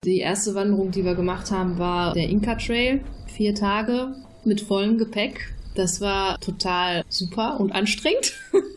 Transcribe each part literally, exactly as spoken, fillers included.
Die erste Wanderung, die wir gemacht haben, war der Inca Trail. Vier Tage mit vollem Gepäck. Das war total super und anstrengend,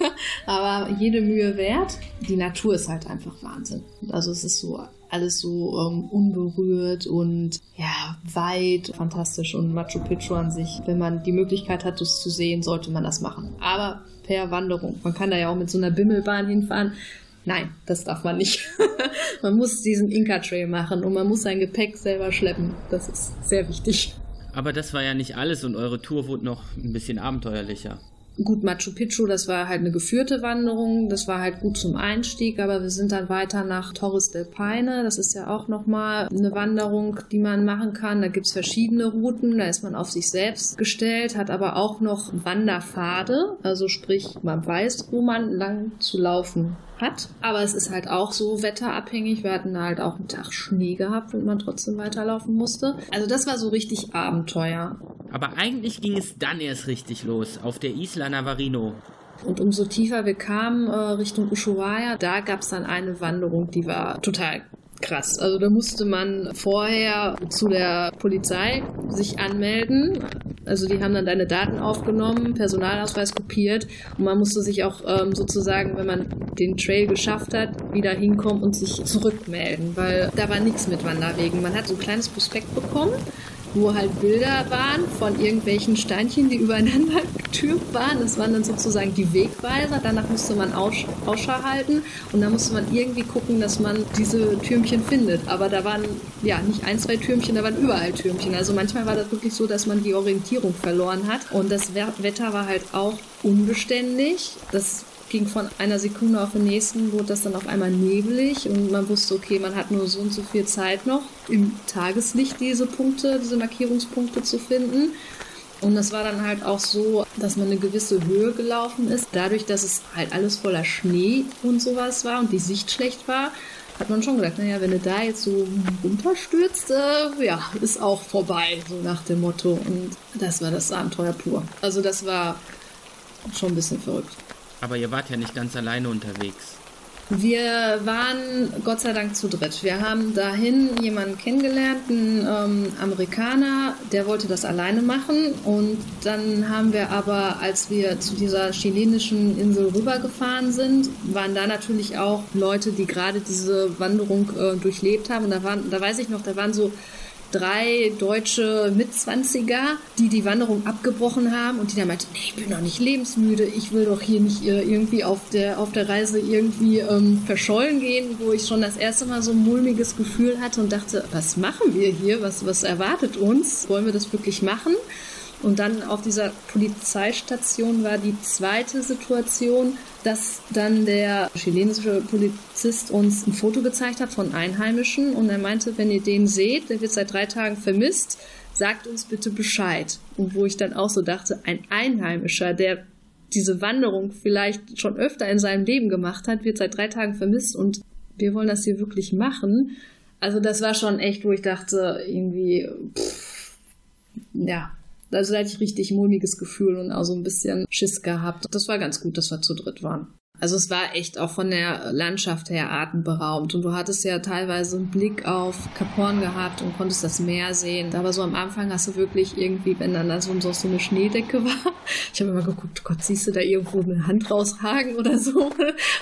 aber jede Mühe wert. Die Natur ist halt einfach Wahnsinn. Also es ist so alles so ähm, unberührt und ja, weit, fantastisch. Und Machu Picchu an sich, wenn man die Möglichkeit hat, das zu sehen, sollte man das machen. Aber per Wanderung. Man kann da ja auch mit so einer Bimmelbahn hinfahren. Nein, das darf man nicht. Man muss diesen Inca Trail machen und man muss sein Gepäck selber schleppen. Das ist sehr wichtig. Aber das war ja nicht alles und eure Tour wurde noch ein bisschen abenteuerlicher. Gut, Machu Picchu, das war halt eine geführte Wanderung, das war halt gut zum Einstieg, aber wir sind dann weiter nach Torres del Paine, das ist ja auch nochmal eine Wanderung, die man machen kann. Da gibt es verschiedene Routen, da ist man auf sich selbst gestellt, hat aber auch noch Wanderpfade, also sprich, man weiß, wo man lang zu laufen hat. Aber es ist halt auch so wetterabhängig. Wir hatten halt auch einen Tag Schnee gehabt und man trotzdem weiterlaufen musste. Also das war so richtig Abenteuer. Aber eigentlich ging es dann erst richtig los, auf der Isla Navarino. Und umso tiefer wir kamen äh, Richtung Ushuaia, da gab es dann eine Wanderung, die war total krass. Also da musste man vorher zu der Polizei sich anmelden. Also die haben dann deine Daten aufgenommen, Personalausweis kopiert und man musste sich auch ähm, sozusagen, wenn man den Trail geschafft hat, wieder hinkommen und sich zurückmelden, weil da war nichts mit Wanderwegen. Man hat so ein kleines Prospekt bekommen, wo halt Bilder waren von irgendwelchen Steinchen, die übereinander getürmt waren. Das waren dann sozusagen die Wegweiser. Danach musste man Aussch- Ausschau halten und dann musste man irgendwie gucken, dass man diese Türmchen findet. Aber da waren ja nicht ein, zwei Türmchen, da waren überall Türmchen. Also manchmal war das wirklich so, dass man die Orientierung verloren hat. Und das Wetter war halt auch unbeständig. Das ging von einer Sekunde auf den nächsten, wurde das dann auf einmal nebelig und man wusste, okay, man hat nur so und so viel Zeit noch, im Tageslicht diese Punkte, diese Markierungspunkte zu finden. Und das war dann halt auch so, dass man eine gewisse Höhe gelaufen ist. Dadurch, dass es halt alles voller Schnee und sowas war und die Sicht schlecht war, hat man schon gedacht, naja, wenn du da jetzt so runterstürzt, äh, ja, ist auch vorbei, so nach dem Motto. Und das war das Abenteuer pur. Also das war schon ein bisschen verrückt. Aber ihr wart ja nicht ganz alleine unterwegs. Wir waren Gott sei Dank zu dritt. Wir haben dahin jemanden kennengelernt, einen ähm, Amerikaner, der wollte das alleine machen. Und dann haben wir aber, als wir zu dieser chilenischen Insel rübergefahren sind, waren da natürlich auch Leute, die gerade diese Wanderung äh, durchlebt haben. Und da waren, da weiß ich noch, da waren so drei deutsche Mitzwanziger, die die Wanderung abgebrochen haben und die dann meinten, nee, ich bin doch nicht lebensmüde, ich will doch hier nicht äh, irgendwie auf der, auf der Reise irgendwie ähm, verschollen gehen, wo ich schon das erste Mal so ein mulmiges Gefühl hatte und dachte, was machen wir hier, was, was erwartet uns, wollen wir das wirklich machen? Und dann auf dieser Polizeistation war die zweite Situation, dass dann der chilenische Polizist uns ein Foto gezeigt hat von Einheimischen und er meinte, wenn ihr den seht, der wird seit drei Tagen vermisst, sagt uns bitte Bescheid. Und wo ich dann auch so dachte, ein Einheimischer, der diese Wanderung vielleicht schon öfter in seinem Leben gemacht hat, wird seit drei Tagen vermisst und wir wollen das hier wirklich machen. Also das war schon echt, wo ich dachte, irgendwie, pff, ja, also da hatte ich richtig mulmiges Gefühl und auch so ein bisschen Schiss gehabt. Das war ganz gut, dass wir zu dritt waren. Also es war echt auch von der Landschaft her atemberaubend. Und du hattest ja teilweise einen Blick auf Cap Horn gehabt und konntest das Meer sehen. Aber so am Anfang hast du wirklich irgendwie, wenn dann da so, so eine Schneedecke war, ich habe immer geguckt, Gott, siehst du da irgendwo eine Hand rausragen oder so? Wo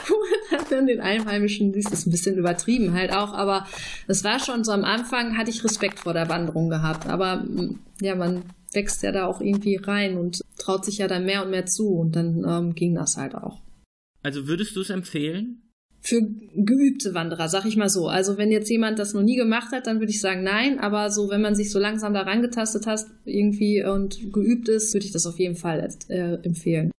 man dann den Einheimischen siehst, das ist ein bisschen übertrieben halt auch. Aber es war schon so am Anfang, hatte ich Respekt vor der Wanderung gehabt. Aber ja, man wächst ja da auch irgendwie rein und traut sich ja dann mehr und mehr zu und dann ähm, ging das halt auch. Also würdest du es empfehlen? Für geübte Wanderer, sag ich mal so. Also wenn jetzt jemand das noch nie gemacht hat, dann würde ich sagen nein, aber so wenn man sich so langsam da rangetastet hat irgendwie und geübt ist, würde ich das auf jeden Fall äh, empfehlen.